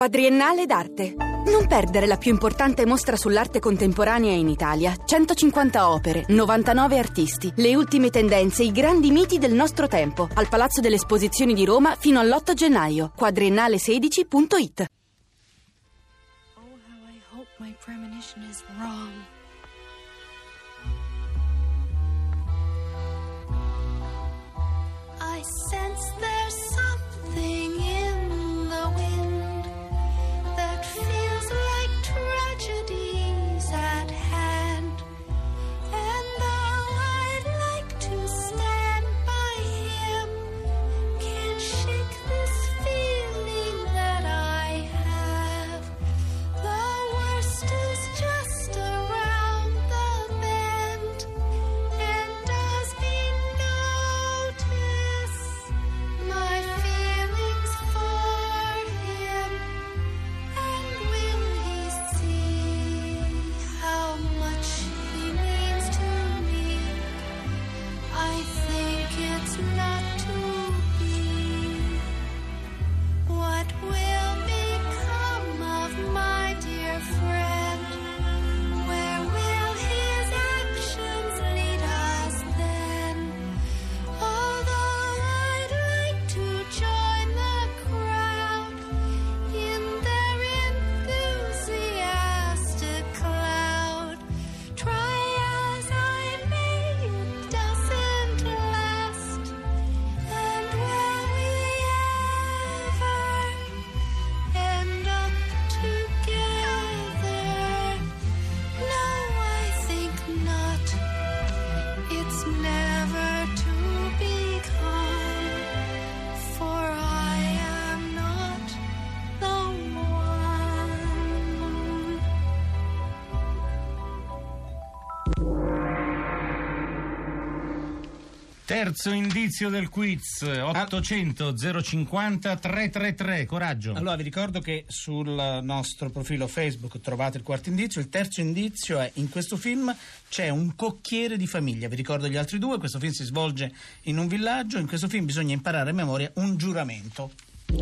Quadriennale d'arte. Non perdere la più importante mostra sull'arte contemporanea in Italia. 150 opere, 99 artisti, le ultime tendenze, i grandi miti del nostro tempo. Al Palazzo delle Esposizioni di Roma fino all'8 gennaio. Quadriennale16.it. Oh, how I hope my premonition is wrong. I sense there's something in the wind that feels like tragedies at hand. And though I'd like to stand by him, can't shake this feeling that I have. The worst is just around the bend. And does he notice my feelings for him? And will he see how much he means to me? I think it's not to be. What will become of my dear friend? Where will his actions lead us then? Although I'd like to join the crowd in their enthusiastic cloud, try as I may, it doesn't last. And will we ever end up together? No, I think not. It's never to become, for I am not the one. Terzo indizio del quiz, 800 050 333, coraggio. Allora vi ricordo che sul nostro profilo Facebook trovate il quarto indizio. Il terzo indizio è: in questo film c'è un cocchiere di famiglia. Vi ricordo gli altri due. Questo film si svolge in un villaggio. In questo film bisogna imparare a memoria un giuramento.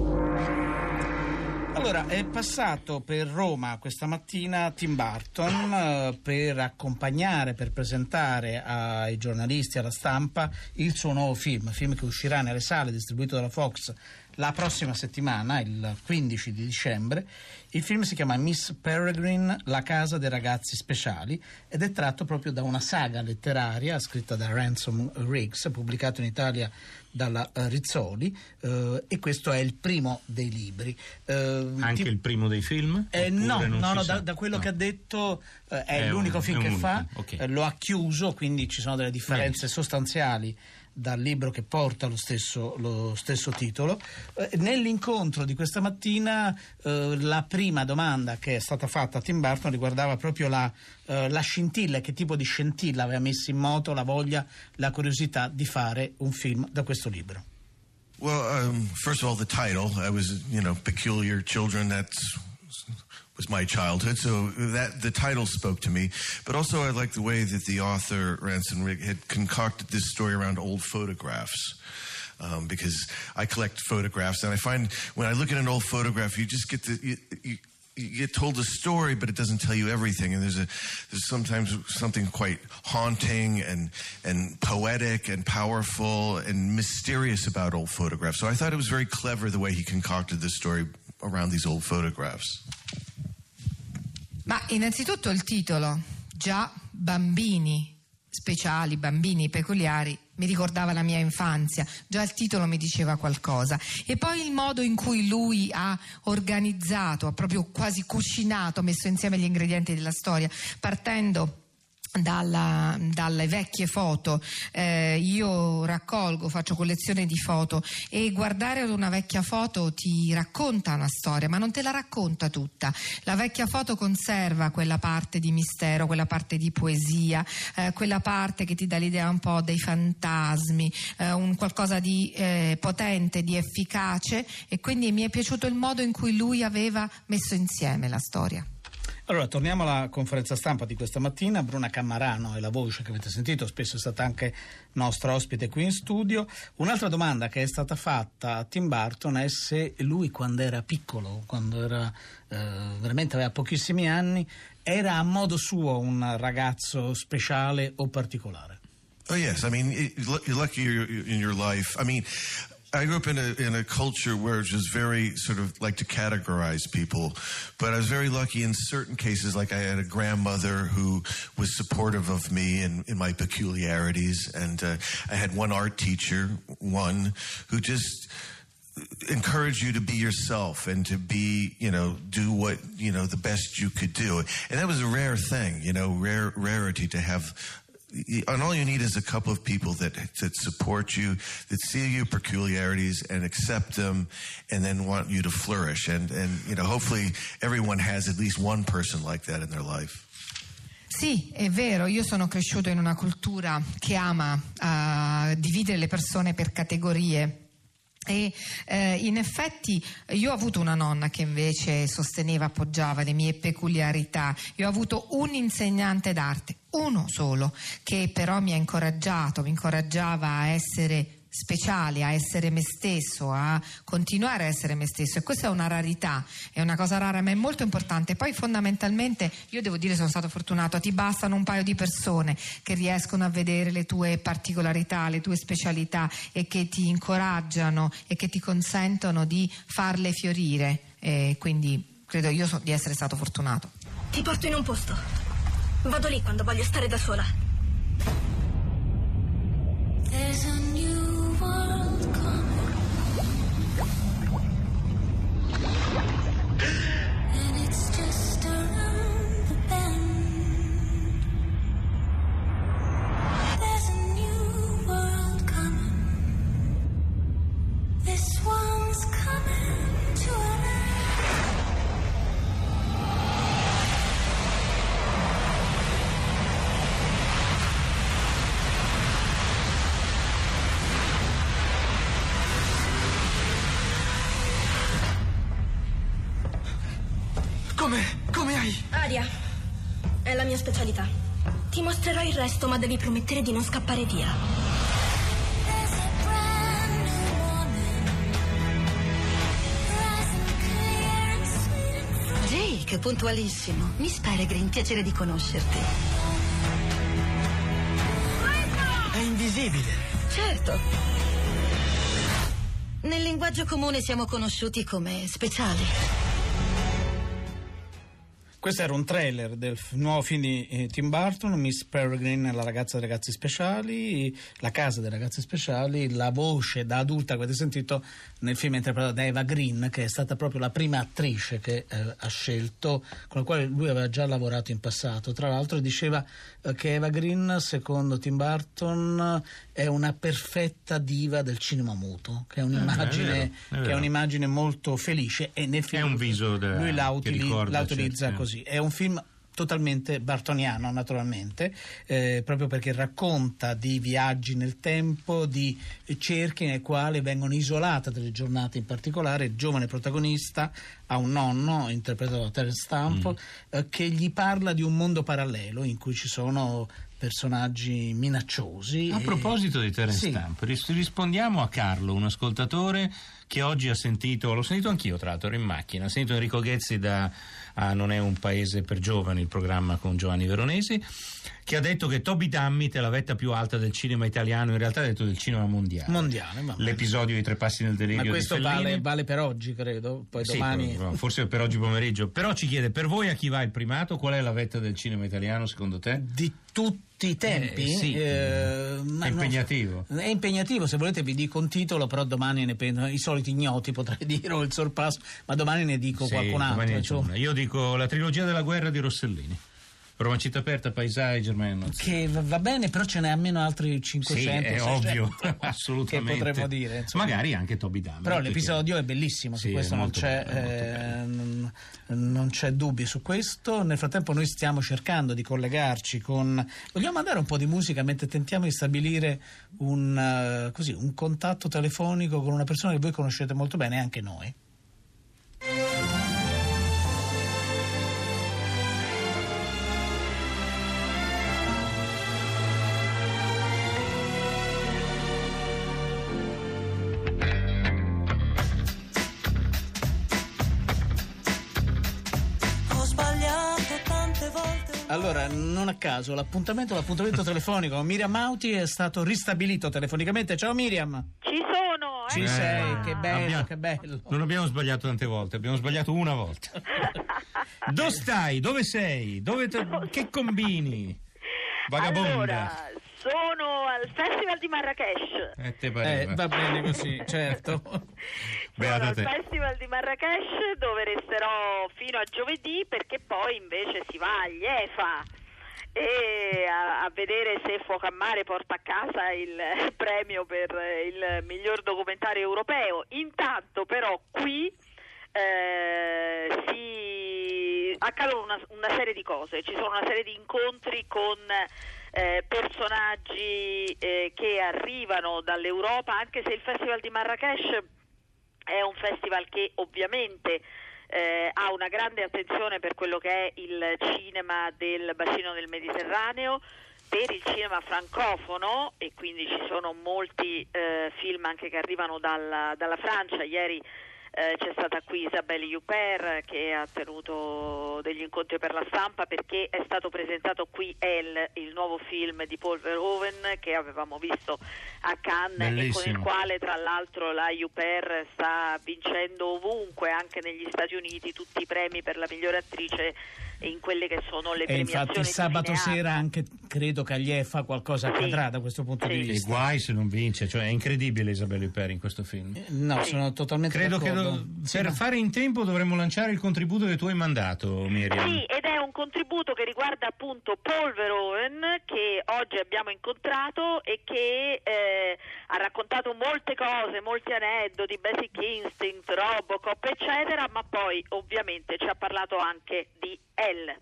Allora, è passato per Roma questa mattina Tim Burton per accompagnare, per presentare ai giornalisti, alla stampa, il suo nuovo film che uscirà nelle sale, distribuito dalla Fox la prossima settimana, il 15 di dicembre. Il film si chiama Miss Peregrine, la casa dei ragazzi speciali, ed è tratto proprio da una saga letteraria scritta da Ransom Riggs, pubblicato in Italia dalla Rizzoli, e questo è il primo dei libri. Anche il primo dei film? No, da quello che ha detto è l'unico film che fa. Okay. Lo ha chiuso, quindi ci sono delle differenze sostanziali dal libro che porta lo stesso titolo. Nell'incontro di questa mattina la prima domanda che è stata fatta a Tim Burton riguardava proprio la scintilla, che tipo di scintilla aveva messo in moto la voglia, la curiosità di fare un film da questo libro. Well, first of all, the title. I was, Peculiar Children. Was my childhood, so that the title spoke to me. But also I like the way that the author, Ransom Riggs, had concocted this story around old photographs. Because I collect photographs, and I find when I look at an old photograph, you just get you get told a story, but it doesn't tell you everything. And there's sometimes something quite haunting and poetic and powerful and mysterious about old photographs. So I thought it was very clever the way he concocted this story around these old photographs. Ma innanzitutto il titolo, già bambini speciali, bambini peculiari, mi ricordava la mia infanzia, già il titolo mi diceva qualcosa. E poi il modo in cui lui ha organizzato, ha proprio quasi cucinato, messo insieme gli ingredienti della storia, partendo dalle vecchie foto. Io faccio collezione di foto, e guardare ad una vecchia foto ti racconta una storia, ma non te la racconta tutta. La vecchia foto conserva quella parte di mistero, quella parte di poesia, quella parte che ti dà l'idea un po' dei fantasmi, un qualcosa di potente, di efficace, e quindi mi è piaciuto il modo in cui lui aveva messo insieme la storia. Allora, torniamo alla conferenza stampa di questa mattina. Bruna Cammarano è la voce che avete sentito, spesso è stata anche nostra ospite qui in studio. Un'altra domanda che è stata fatta a Tim Burton è se lui, quando era piccolo, quando era veramente aveva pochissimi anni, era a modo suo un ragazzo speciale o particolare. Oh yes, I mean, you're lucky in your life. I mean, I grew up in a culture where it was very sort of like to categorize people, but I was very lucky in certain cases. Like I had a grandmother who was supportive of me and in my peculiarities, and I had one art teacher, who just encourage you to be yourself and to be, do what, the best you could do. And that was a rare thing, rarity to have. And all you need is a couple of people that support you, that see your peculiarities and accept them, and then want you to flourish. And hopefully everyone has at least one person like that in their life. Sì, è vero, io sono cresciuto in una cultura che ama dividere le persone per categorie. E in effetti io ho avuto una nonna che invece sosteneva, appoggiava le mie peculiarità. Io ho avuto un insegnante d'arte, uno solo, che però mi incoraggiava a essere speciale, a essere me stesso, a continuare a essere me stesso, e questa è una rarità, è una cosa rara ma è molto importante. Poi fondamentalmente io devo dire sono stato fortunato, ti bastano un paio di persone che riescono a vedere le tue particolarità, le tue specialità e che ti incoraggiano e che ti consentono di farle fiorire, quindi credo di essere stato fortunato. Ti porto in un posto, vado lì quando voglio stare da sola. There's a new world coming, and it's just around the bend. There's a new world coming, this one's coming to an end. Come hai? Aria, è la mia specialità. Ti mostrerò il resto, ma devi promettere di non scappare via. There's a brand new morning, rising clear and sweet and free. Jake, puntualissimo. Miss Peregrine, piacere di conoscerti. È invisibile. Certo. Nel linguaggio comune siamo conosciuti come speciali. Questo era un trailer del nuovo film di Tim Burton, Miss Peregrine, la ragazza dei ragazzi speciali, la casa dei ragazzi speciali. La voce da adulta che avete sentito nel film è interpretata da Eva Green, che è stata proprio la prima attrice che ha scelto, con la quale lui aveva già lavorato in passato. Tra l'altro diceva che Eva Green, secondo Tim Burton, è una perfetta diva del cinema muto, che è un'immagine, è vero. Che è un'immagine molto felice, e nel film è un viso lui la utilizza certo, così. È un film totalmente bartoniano, naturalmente, proprio perché racconta di viaggi nel tempo, di cerchi nel quale vengono isolate delle giornate in particolare. Il giovane protagonista ha un nonno, interpretato da Terence Stamp, che gli parla di un mondo parallelo in cui ci sono personaggi minacciosi. A proposito di Terence Stamp, rispondiamo a Carlo, un ascoltatore che oggi l'ho sentito anch'io, tra l'altro, ero in macchina, ha sentito Enrico Ghezzi da Non è un paese per giovani, il programma con Giovanni Veronesi, che ha detto che Toby Dammit è la vetta più alta del cinema italiano, in realtà ha detto del cinema mondiale. L'episodio di Tre passi nel delirio. Ma questo di Fellini vale per oggi, credo, poi domani forse per oggi pomeriggio. Però ci chiede, per voi a chi va il primato? Qual è la vetta del cinema italiano secondo te? Di tutti i tempi? Sì. È impegnativo. È impegnativo, se volete vi dico un titolo, però domani ne penso, i soliti ignoti potrei dire, o il sorpasso, ma domani ne dico qualcun altro. Io dico la trilogia della guerra di Rossellini. Roma città aperta, paesai, Germano. Che va bene, però ce n'è almeno altri 500. Sì, è 600, ovvio, assolutamente. Che potremmo dire. Insomma. Magari anche Toby Dammit. Però l'episodio è bellissimo, su questo non c'è dubbio su questo. Nel frattempo noi stiamo cercando di collegarci con... Vogliamo mandare un po' di musica mentre tentiamo di stabilire un contatto telefonico con una persona che voi conoscete molto bene, anche noi. sbagliato tante volte. Allora, non a caso, l'appuntamento telefonico con Miriam Mauti è stato ristabilito telefonicamente. Ciao Miriam. Ci sono, Ci sei, che bello, che bello. Non abbiamo sbagliato tante volte, abbiamo sbagliato una volta. Dove stai? Dove sei? Che combini? Vagabonda. Allora, sono al Festival di Marrakesh. Te pareva. Va bene così, certo. Sono al Festival di Marrakesh, dove resterò fino a giovedì, perché poi invece si va agli EFA e a vedere se Fuoco a Mare porta a casa il premio per il miglior documentario europeo. Intanto però qui accadono una serie di cose, ci sono una serie di incontri con personaggi che arrivano dall'Europa, anche se il Festival di Marrakesh è un festival che ovviamente ha una grande attenzione per quello che è il cinema del bacino del Mediterraneo, per il cinema francofono, e quindi ci sono molti film anche che arrivano dalla Francia. Ieri c'è stata qui Isabelle Huppert che ha tenuto degli incontri per la stampa, perché è stato presentato qui Elle, il nuovo film di Paul Verhoeven che avevamo visto a Cannes. Bellissimo. E con il quale tra l'altro la Huppert sta vincendo ovunque, anche negli Stati Uniti, tutti i premi per la migliore attrice in quelle che sono le premiazioni. Infatti sabato sera anche credo che agli EFA qualcosa accadrà da questo punto di vista. E guai se non vince, cioè è incredibile Isabelle Huppert in questo film. No, sono totalmente d'accordo. Per fare in tempo dovremmo lanciare il contributo che tu hai mandato, Miriam. Sì, ed è un contributo che riguarda appunto Paul Verhoeven, che oggi abbiamo incontrato e che ha raccontato molte cose, molti aneddoti, Basic Instinct, Robocop, eccetera, ma poi ovviamente ci ha parlato anche di Elle.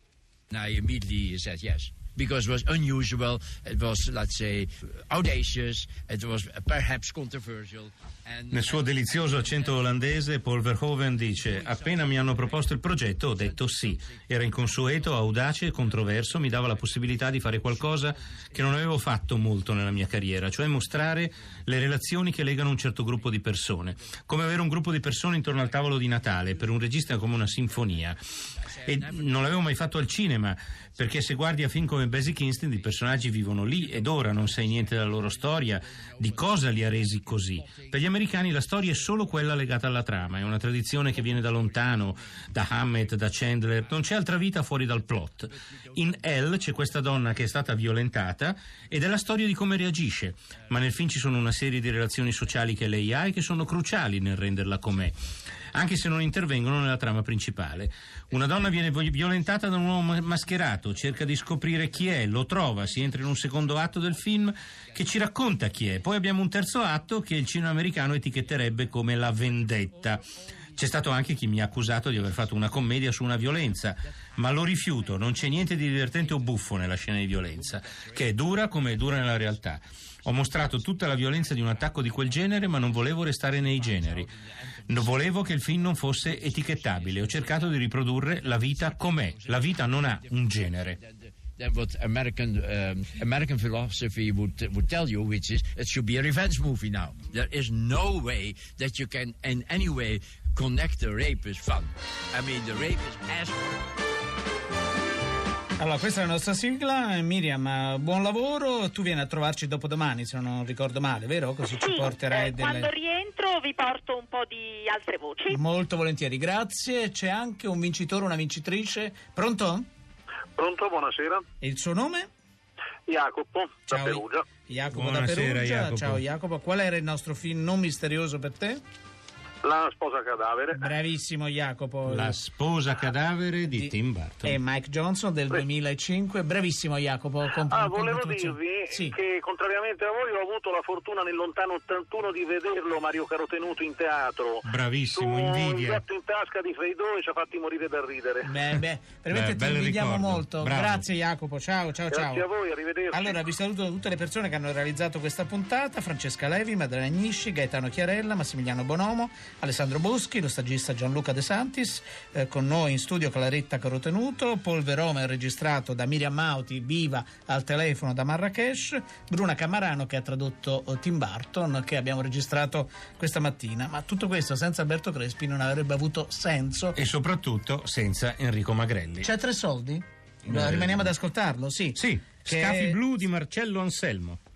I immediately said yes. Because it was unusual, it was, let's say, audacious, it was perhaps controversial. Nel suo delizioso accento olandese, Paul Verhoeven dice: appena mi hanno proposto il progetto ho detto sì. Era inconsueto, audace e controverso, mi dava la possibilità di fare qualcosa che non avevo fatto molto nella mia carriera, cioè mostrare le relazioni che legano un certo gruppo di persone, come avere un gruppo di persone intorno al tavolo di Natale. Per un regista è come una sinfonia. E non l'avevo mai fatto al cinema, perché se guardi a film come Basic Instinct i personaggi vivono lì ed ora, non sai niente della loro storia, di cosa li ha resi così. Per gli americani la storia è solo quella legata alla trama, è una tradizione che viene da lontano, da Hammett, da Chandler, non c'è altra vita fuori dal plot. In Elle c'è questa donna che è stata violentata ed è la storia di come reagisce, ma nel film ci sono una serie di relazioni sociali che lei ha e che sono cruciali nel renderla com'è, anche se non intervengono nella trama principale. Una donna viene violentata da un uomo mascherato, cerca di scoprire chi è, lo trova, si entra in un secondo atto del film che ci racconta chi è. Poi abbiamo un terzo atto che il cinema americano etichetterebbe come la vendetta. C'è stato anche chi mi ha accusato di aver fatto una commedia su una violenza, ma lo rifiuto, non c'è niente di divertente o buffo nella scena di violenza, che è dura come è dura nella realtà. Ho mostrato tutta la violenza di un attacco di quel genere, ma non volevo restare nei generi. Volevo che il film non fosse etichettabile. Ho cercato di riprodurre la vita com'è. La vita non ha un genere. Than what American philosophy would tell you, which is it should be a revenge movie now. There is no way that you can in any way connect the rape with fun. I mean, the rape is as... Allora, questa è la nostra sigla. Miriam, buon lavoro. Tu vieni a trovarci dopodomani, se non ricordo male, vero? Così ci porterai quando rientro vi porto un po' di altre voci. Molto volentieri, grazie. C'è anche un vincitore, una vincitrice. Pronto? Pronto, buonasera. E il suo nome? Jacopo, da Perugia. Jacopo Buonasera, da Perugia. Jacopo. Ciao Jacopo. Qual era il nostro film non misterioso per te? La sposa cadavere. Bravissimo Jacopo. La sposa cadavere di Tim Burton. E Mike Johnson del 2005. Bravissimo Jacopo. Volevo dirvi che contrariamente a voi ho avuto la fortuna nel lontano 81 di vederlo Mario Carotenuto in teatro. Bravissimo, Un invidia. gatto in tasca di Fredo e ci ha fatti morire da ridere. Veramente ti invidiamo molto. Bravo. Grazie Jacopo, ciao. Grazie a voi, arrivederci. Allora vi saluto tutte le persone che hanno realizzato questa puntata: Francesca Levi, Maddalena Agnisci, Gaetano Chiarella, Massimiliano Bonomo, Alessandro Boschi, lo stagista Gianluca De Santis, con noi in studio Claretta Carotenuto, Paul Verhoeven registrato da Miriam Mauti viva al telefono da Marrakesh, Bruna Simona Camarano che ha tradotto Tim Burton, che abbiamo registrato questa mattina. Ma tutto questo senza Alberto Crespi non avrebbe avuto senso. E soprattutto senza Enrico Magrelli. C'è 3 soldi? Rimaniamo ad ascoltarlo, sì. Sì, Scafi blu di Marcello Anselmo.